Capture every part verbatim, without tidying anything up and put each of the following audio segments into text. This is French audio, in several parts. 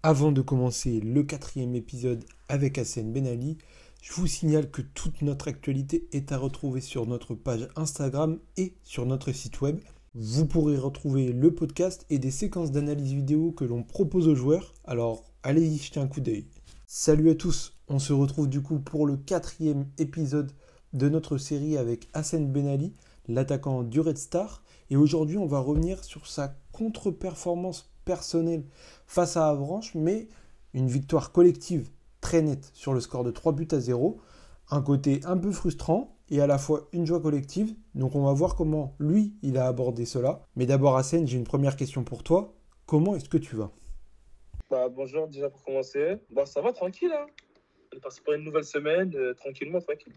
Avant de commencer le quatrième épisode avec Hassen Ben Ali, je vous signale que toute notre actualité est à retrouver sur notre page Instagram et sur notre site web. Vous pourrez retrouver le podcast et des séquences d'analyse vidéo que l'on propose aux joueurs, alors allez y jeter un coup d'œil. Salut à tous, on se retrouve du coup pour le quatrième épisode de notre série avec Hassen Ben Ali, l'attaquant du Red Star, et aujourd'hui on va revenir sur sa contre-performance personnelle face à Avranches, mais une victoire collective très nette sur le score de trois buts à zéro, un côté un peu frustrant et à la fois une joie collective. Donc on va voir comment lui il a abordé cela. Mais d'abord Hassen, j'ai une première question pour toi. Comment est-ce que tu vas ? Bah, bonjour, déjà pour commencer. Bah, ça va, tranquille, hein. On est parti pour une nouvelle semaine, euh, tranquillement, tranquille.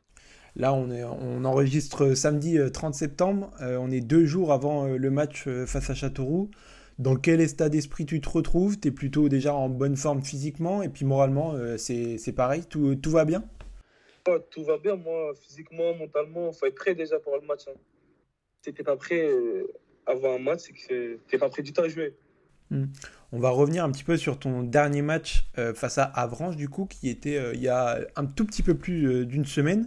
Là on, est, on enregistre samedi euh, trente septembre, euh, on est deux jours avant euh, le match euh, face à Châteauroux. Dans quel état d'esprit tu te retrouves ? Tu es plutôt déjà en bonne forme physiquement et puis moralement euh, c'est, c'est pareil, tout, tout va bien ? Ouais, tout va bien, moi, physiquement, mentalement, faut être prêt déjà pour le match, hein. Si t'es pas prêt euh, avant un match, c'est que t'es pas prêt du tout à jouer. Hmm. On va revenir un petit peu sur ton dernier match euh, face à Avranches, du coup, qui était euh, il y a un tout petit peu plus euh, d'une semaine.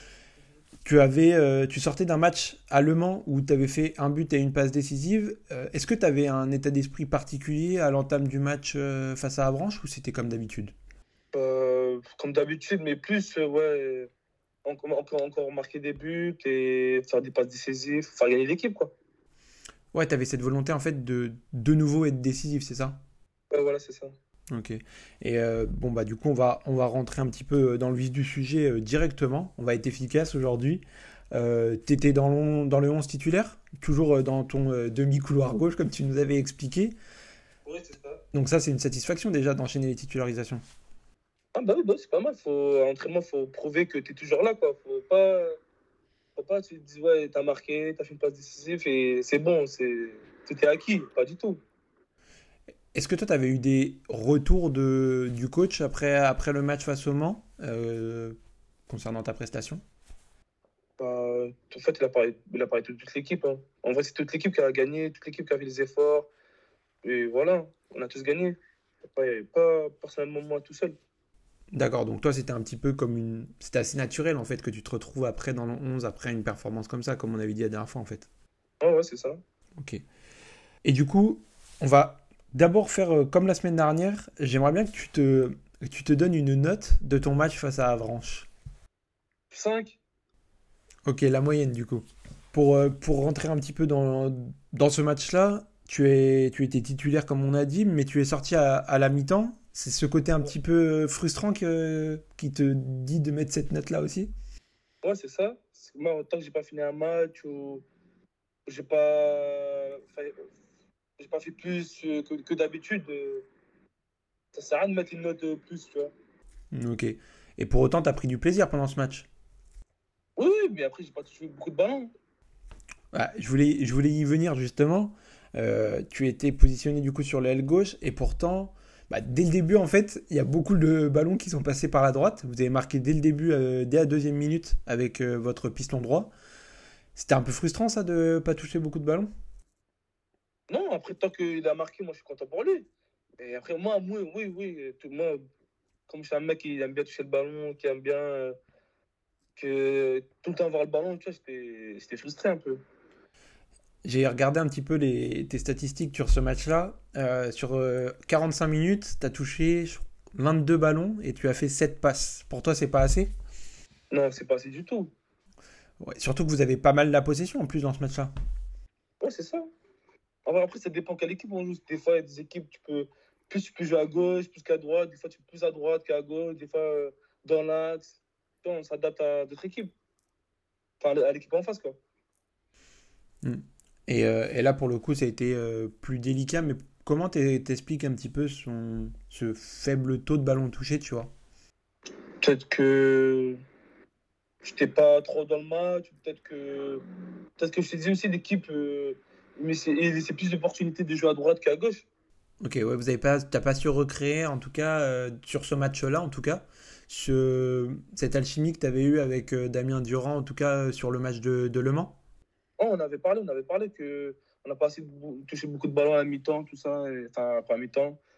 Tu, avais, euh, tu sortais d'un match à Le Mans où tu avais fait un but et une passe décisive. Euh, est-ce que tu avais un état d'esprit particulier à l'entame du match euh, face à Avranches ou c'était comme d'habitude ? Euh, comme d'habitude, mais plus, euh, ouais, encore, encore, encore marquer des buts et faire des passes décisives, faire gagner l'équipe, quoi. Ouais, tu avais cette volonté en fait de de nouveau être décisif, c'est ça ? Ouais, voilà, c'est ça. Ok. Et euh, bon, bah, du coup, on va, on va rentrer un petit peu dans le vif du sujet euh, directement. On va être efficace aujourd'hui. Euh, tu étais dans, l'on- dans le onze titulaire, toujours euh, dans ton euh, demi-couloir gauche, comme tu nous avais expliqué. Oui, c'est ça. Donc, ça, c'est une satisfaction déjà d'enchaîner les titularisations. Ah, bah oui, bah, c'est pas mal. Faut, à l'entraînement, faut prouver que t'es toujours là, quoi. Faut pas. Faut pas, tu te dis, ouais, t'as marqué, t'as fait une passe décisive et c'est bon, c'est, tout est acquis. Pas du tout. Est-ce que toi, tu avais eu des retours de, du coach après, après le match face au Mans euh, concernant ta prestation ? Bah, en fait, il a parlé, il a parlé de toute l'équipe, hein. En vrai, c'est toute l'équipe qui a gagné, toute l'équipe qui a fait les efforts. Et voilà, on a tous gagné. Il n'y avait pas personnellement moi tout seul. D'accord, donc toi c'était un petit peu comme une... C'était assez naturel en fait que tu te retrouves après dans le onze, après une performance comme ça, comme on avait dit la dernière fois en fait. Ah ouais, c'est ça. Ok. Et du coup, on va d'abord faire euh, comme la semaine dernière. J'aimerais bien que tu te, que tu te donnes une note de ton match face à Avranches. Cinq. Ok, la moyenne du coup. Pour, euh, pour rentrer un petit peu dans, dans ce match-là, tu, es, tu étais titulaire comme on a dit, mais tu es sorti à, à la mi-temps. C'est ce côté un Ouais, petit peu frustrant que, qui te dit de mettre cette note-là aussi. ouais, c'est ça. C'est que moi, tant que j'ai pas fini un match ou j'ai pas fait, j'ai pas fait plus euh, que, que d'habitude, euh, ça sert à rien de mettre une note de plus, tu vois. Ok. Et pour autant, tu as pris du plaisir pendant ce match. Oui, oui, mais après, j'ai pas touché beaucoup de ballons. Ah, je voulais, je voulais y venir justement. Euh, tu étais positionné du coup sur l'aile gauche et pourtant, bah, dès le début en fait, il y a beaucoup de ballons qui sont passés par la droite. Vous avez marqué dès le début, euh, dès la deuxième minute avec euh, votre piston droit. C'était un peu frustrant ça de pas toucher beaucoup de ballons. Non, après, tant qu'il a marqué, moi, je suis content pour lui. Et après, moi, moi oui, oui, tout, moi, comme je suis un mec qui aime bien toucher le ballon, qui aime bien euh, que tout le temps avoir le ballon, tu vois, j'étais j'étais frustré un peu. J'ai regardé un petit peu les, tes statistiques sur ce match-là. Euh, sur euh, quarante-cinq minutes, tu as touché vingt-deux ballons et tu as fait sept passes. Pour toi, c'est pas assez ? Non, c'est pas assez du tout. Ouais, surtout que vous avez pas mal la possession en plus dans ce match-là. Ouais, c'est ça. Après, après, ça dépend quelle équipe on joue. Des fois, il y a des équipes, tu peux, plus tu peux jouer à gauche, plus qu'à droite. Des fois, tu peux plus à droite qu'à gauche. Des fois, euh, dans l'axe. Tu vois, on s'adapte à d'autres équipes. Enfin, à l'équipe en face, quoi. Mm. Et, euh, et là, pour le coup, ça a été euh, plus délicat, mais comment t'es- t'expliques un petit peu son, ce faible taux de ballon touché, tu vois? Peut-être que j'étais pas trop dans le match. Peut-être que, peut-être que je te dis aussi, l'équipe, euh, mais c'est, il- c'est plus d'opportunités de jouer à droite qu'à gauche. Ok, ouais, vous avez pas, t'as pas su recréer, en tout cas, euh, sur ce match-là, en tout cas, ce, cette alchimie que tu avais eue avec euh, Damien Durand, en tout cas, euh, sur le match de, de Le Mans? Oh, on avait parlé, on avait parlé que on a pas assez bou- touché beaucoup de ballons à la mi-temps, tout ça. Et- enfin, pas à mi-temps.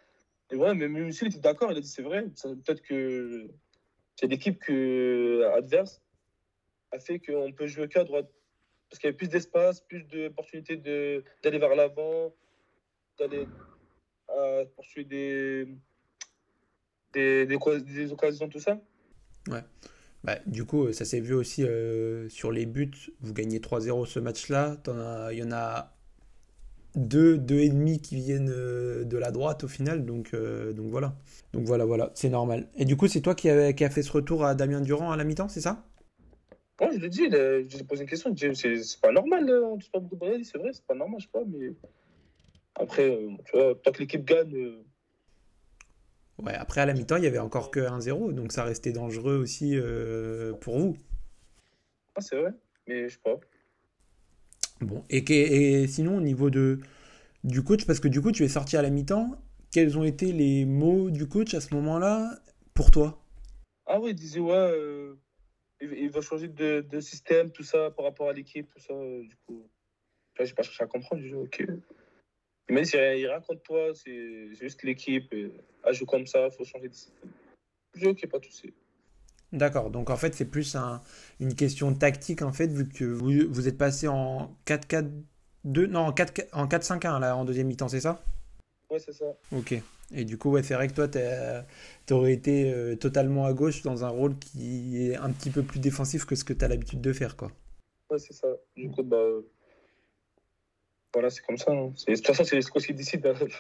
Et ouais, mais même si il était d'accord, il a dit c'est vrai. Ça- Peut-être que c'est l'équipe que, adverse a fait qu'on peut jouer qu'à droite. Parce qu'il y avait plus d'espace, plus d'opportunités de, d'aller vers l'avant, d'aller à poursuivre des, des, des, quoi- des occasions, tout ça. Ouais. Bah, du coup, ça s'est vu aussi euh, sur les buts. Vous gagnez trois zéro ce match-là. T'en as- Il y en a deux, deux et demi qui viennent euh, de la droite au final. Donc, euh, donc voilà. Donc voilà, voilà, c'est normal. Et du coup, c'est toi qui a, qui a fait ce retour à Damien Durand à la mi-temps, c'est ça? Moi, je l'ai dit, il a- j'ai posé une question. j'ai dit, C'est c'est pas normal, là, on touche pas beaucoup de balles. C'est vrai, c'est pas normal, je sais pas. Mais après, euh, tu vois, tant que l'équipe gagne, euh, Ouais, après à la mi-temps, il y avait encore que un zéro, donc ça restait dangereux aussi euh, pour vous. ah, c'est vrai. Mais je sais pas. Bon, et, que- et sinon, au niveau de, du coach, parce que du coup, tu es sorti à la mi-temps, quels ont été les mots du coach à ce moment-là pour toi? Ah oui, il disait, ouais, euh, il, il va changer de, de système, tout ça, par rapport à l'équipe, tout ça. euh, du coup, là, j'ai pas cherché à comprendre. J'ai dit, ok. Il m'a dit, c'est rien, il raconte toi, c'est c'est juste l'équipe. euh, Elle joue comme ça, faut changer de système. J'ai dit, ok, pas de souci. D'accord, donc en fait, c'est plus un- une question tactique, en fait, vu que vous, vous êtes passé en quatre quatre deux, non, en quatre en quatre cinq un là, en deuxième mi-temps, c'est ça? Ouais, c'est ça. Ok. Et du coup, ouais, c'est vrai que toi, tu aurais été euh, totalement à gauche dans un rôle qui est un petit peu plus défensif que ce que tu as l'habitude de faire, quoi. Ouais, c'est ça. Du coup, bah, euh, voilà, c'est comme ça. Hein. C'est- De toute façon, c'est les scouts qui décident. Hein.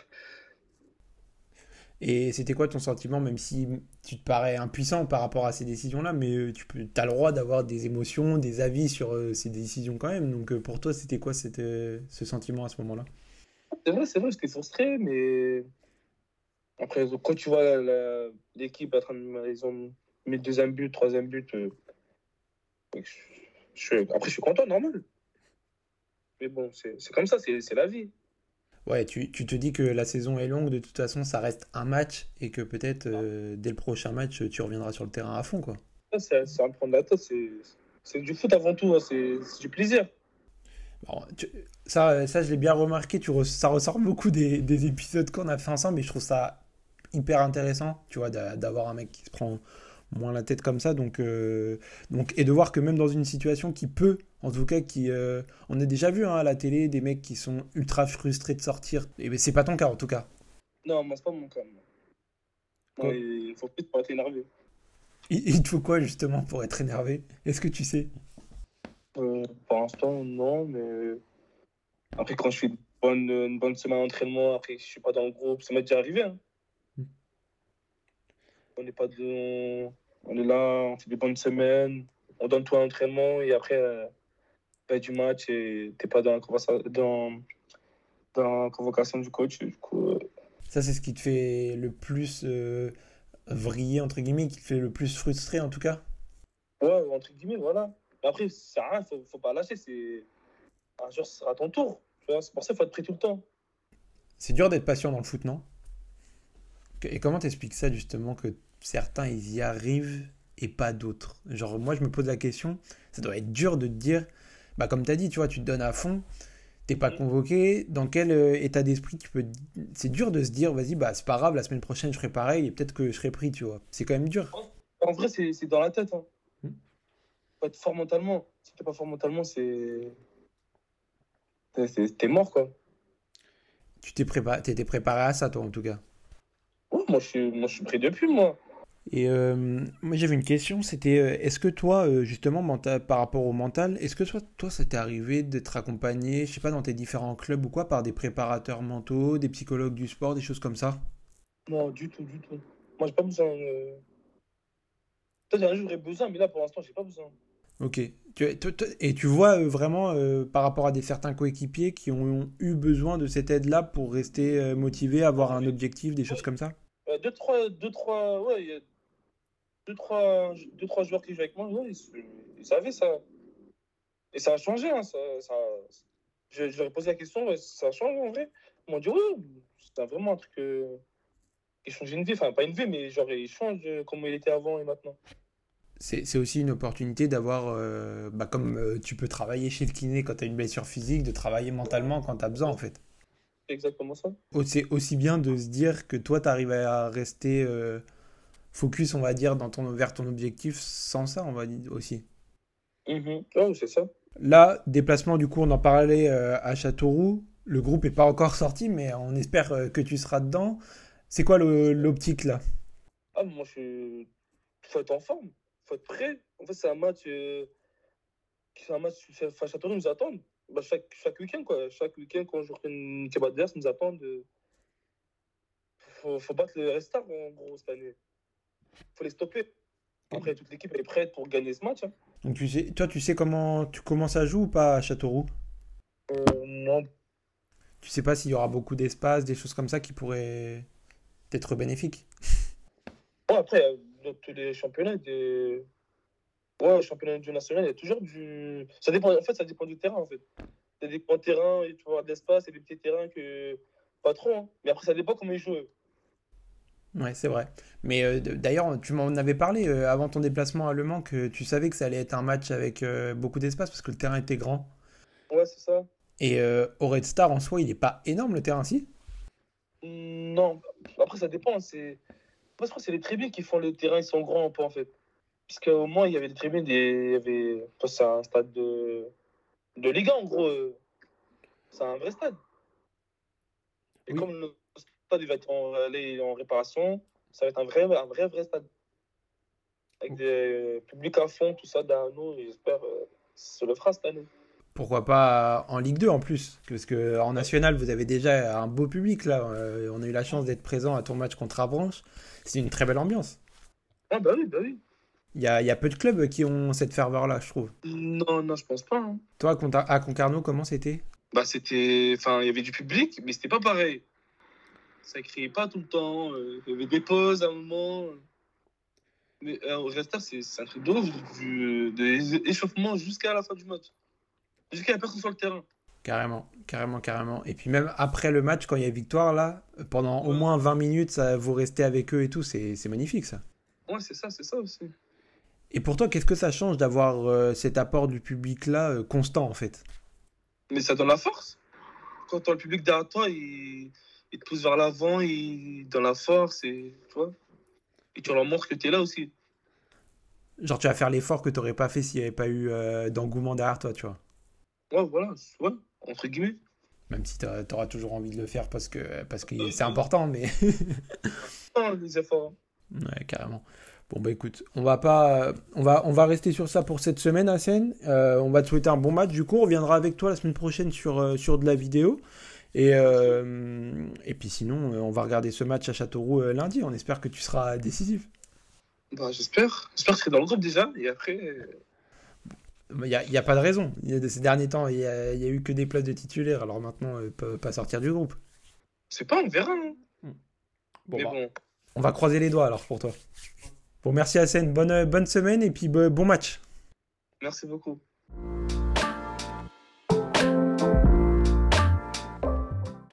Et c'était quoi ton sentiment, même si tu te parais impuissant par rapport à ces décisions-là, mais euh, tu peux, as le droit d'avoir des émotions, des avis sur euh, ces décisions quand même. Donc euh, pour toi, c'était quoi c'était, euh, ce sentiment à ce moment-là? C'est vrai, c'est vrai, j'étais frustré, mais après, quand tu vois la- la- l'équipe, en train de- ils ont mis le deuxième but, troisième but, euh, je, je- après, je suis content, normal. Mais bon, c'est c'est comme ça, c'est c'est la vie. Ouais, tu, tu te dis que la saison est longue, de toute façon, ça reste un match et que peut-être euh, dès le prochain match, tu reviendras sur le terrain à fond, quoi. Ça, C'est c'est un prendre la tête, c'est c'est du foot avant tout, hein, c'est c'est du plaisir. Bon, tu- ça, ça, je l'ai bien remarqué, tu re- ça ressort beaucoup des, des épisodes qu'on a fait ensemble et je trouve ça hyper intéressant, tu vois, d'a- d'avoir un mec qui se prend moins la tête comme ça. Donc, euh, donc, et de voir que même dans une situation qui peut, en tout cas, qui, euh, on a déjà vu hein, à la télé des mecs qui sont ultra frustrés de sortir. Et ben, c'est pas ton cas en tout cas. Non, moi, c'est pas mon cas. Moi, Moi, Quoi il faut plus pas être énervé. Il, il te faut quoi justement pour être énervé? Est-ce que tu sais? Euh, pour l'instant, non, mais après, quand je fais une bonne, une bonne semaine d'entraînement, après, je suis pas dans le groupe, ça m'est déjà arrivé. Hein. On n'est pas de... On est là, on fait des bonnes semaines, on donne tout à l'entraînement et après, euh, fin du match, et t'es pas dans la, conversa- dans, dans la convocation du coach. Du coup, euh, Ça, c'est ce qui te fait le plus euh, vriller, entre guillemets, qui te fait le plus frustré en tout cas. ouais, entre guillemets, voilà. Mais après, c'est rien, faut, faut pas lâcher, c'est un jour, ce sera ton tour. Tu vois, c'est pour ça qu'il faut être prêt tout le temps. C'est dur d'être patient dans le foot, non? Et comment t'expliques ça justement que certains ils y arrivent et pas d'autres? Genre moi je me pose la question, ça doit être dur de te dire, bah comme t'as dit, tu vois, tu te donnes à fond, t'es pas Mhm. convoqué, dans quel euh, état d'esprit tu peux... C'est dur de se dire, vas-y, bah c'est pas grave, la semaine prochaine je ferai pareil et peut-être que je serai pris, tu vois. C'est quand même dur. En vrai, c'est c'est dans la tête. Hein. Hmm. Faut être fort mentalement. Si t'es pas fort mentalement, c'est t'es c'est- t'es mort, quoi. Tu t'es préparé, t'étais préparé à ça toi en tout cas. Ouais, moi, je suis, moi, je suis prêt depuis, moi. Et euh, moi j'avais une question, c'était euh, est-ce que toi euh, justement menta- par rapport au mental, est-ce que toi, toi ça t'est arrivé d'être accompagné, je sais pas, dans tes différents clubs ou quoi, par des préparateurs mentaux, des psychologues du sport, des choses comme ça? Non, du tout, du tout. Moi, j'ai pas besoin. euh, Peut-être un jour, j'aurais besoin, mais là, pour l'instant, j'ai pas besoin. Ok. Tu- tu- tu- et tu vois euh, vraiment euh, par rapport à des certains coéquipiers qui ont eu besoin de cette aide-là pour rester euh, motivés, avoir un objectif, des choses Ouais, comme ça? euh, deux, trois, deux, trois, ouais, il y a deux, trois, deux, trois joueurs qui jouent avec moi, ouais, ils, ils savaient ça. Et ça a changé, hein, ça, ça, je, je leur ai posé la question, ouais, ça a changé en vrai. Ils m'ont dit, ouais, c'est vraiment un truc euh, qui change une vie. Enfin, pas une vie, mais genre, il change de comment il était avant et maintenant. C'est c'est aussi une opportunité d'avoir, euh, bah, comme euh, tu peux travailler chez le kiné quand tu as une blessure physique, de travailler mentalement quand tu as besoin en fait. C'est exactement ça. Oh, c'est aussi bien de se dire que toi, tu arrives à rester euh, focus, on va dire, dans ton, vers ton objectif sans ça, on va dire aussi. Mhm. Ouais, c'est ça. Là, déplacement, du coup, on en parlait euh, à Châteauroux. Le groupe n'est pas encore sorti, mais on espère euh, que tu seras dedans. C'est quoi le- l'optique là? Ah, moi, je suis. Faut être en forme. Faut être prêt. En fait, c'est un match. euh, C'est un match. Enfin, Châteauroux nous attendent. Bah, chaque, chaque week-end, quoi. Chaque week-end, quand je refais une équipe adverse, ils nous attendent. de- Faut, faut battre le Red Star, en gros, cette année. Faut les stopper. Après, toute l'équipe elle est prête pour gagner ce match, hein. Donc tu sais, toi, tu sais comment tu commences à jouer ou pas à Châteauroux? Euh, non. Tu sais pas s'il y aura beaucoup d'espace, des choses comme ça qui pourraient être bénéfiques. Ouais, après, euh, dans tous les championnats, des... ouais, au championnat du national, il y a toujours du. Ça dépend, en fait, ça dépend du terrain, en fait. Il y a des grands terrains, et tu vas avoir de l'espace, et des petits terrains que. Pas trop, hein. Mais après, ça dépend comment ils jouent. Ouais, c'est vrai. Mais euh, d- d'ailleurs, tu m'en avais parlé euh, avant ton déplacement à Le Mans que tu savais que ça allait être un match avec euh, beaucoup d'espace parce que le terrain était grand. Ouais, c'est ça. Et euh, au Red Star en soi, il est pas énorme le terrain, si? Hmm, non. Après, ça dépend. C'est. Moi, je crois que c'est les tribunes qui font le terrain, ils sont grands un peu, en fait. Puisqu'au moins, il y avait des tribunes, des... il y avait. Enfin, c'est un stade de. De Ligue un, en gros. euh, C'est un vrai stade. Et Oui. comme le stade il va être en, aller en réparation, ça va être un vrai, un vrai, vrai stade. Avec des publics à fond, tout ça, d'Arnaud, et j'espère euh, se le fera cette année. Pourquoi pas en Ligue deux en plus? Parce que en national, vous avez déjà un beau public là. Euh, on a eu la chance d'être présent à ton match contre Avranches. C'est une très belle ambiance. Ah bah oui, bah oui. Il y a, il y a peu de clubs qui ont cette ferveur-là, je trouve. Non, non, je pense pas, hein. Toi, à Conta- à Concarneau, comment c'était? Bah c'était. Enfin, il y avait du public, mais c'était pas pareil. Ça criait pas tout le temps. euh, Il y avait des pauses à un moment. Mais euh, au Resta, c'est c'est un truc de ouf, du, de l'échauffement jusqu'à la fin du match. Jusqu'à la personne sur le terrain. Carrément, carrément, carrément. Et puis même après le match, quand il y a victoire, là, pendant au Ouais, moins vingt minutes, ça, vous restez avec eux et tout, c'est c'est magnifique ça. ouais, c'est ça, c'est ça aussi. Et pour toi, qu'est-ce que ça change d'avoir euh, cet apport du public-là euh, constant en fait? Mais ça donne la force. Quand t'as le public derrière toi, il, il te pousse vers l'avant, il donne la force, et tu vois. Et tu leur montres que t'es là aussi. Genre, tu vas faire l'effort que t'aurais pas fait s'il n'y avait pas eu euh, d'engouement derrière toi, tu vois. Ouais, voilà, ouais, entre guillemets. Même si t'auras t'auras toujours envie de le faire parce que parce que c'est Euh, important, mais ah, les efforts. ouais, carrément. Bon bah écoute, on va pas, on va, on va rester sur ça pour cette semaine, Hassen. Euh, on va te souhaiter un bon match. Du coup, on reviendra avec toi la semaine prochaine sur euh, sur de la vidéo. Et euh, et puis sinon, euh, on va regarder ce match à Châteauroux euh, lundi. On espère que tu seras décisif. Bah, j'espère. J'espère que je serai dans le groupe déjà. Et après, euh, Il y a, il y a pas de raison. Il y a, de ces derniers temps, il y a, il y a eu que des places de titulaires. Alors maintenant, euh, peut pas sortir du groupe. c'est pas, on verra, hein. Bon Mais bah, bon, on va croiser les doigts alors pour toi. Bon, merci Hassen. Bonne bonne semaine et puis bon bon match. merci beaucoup.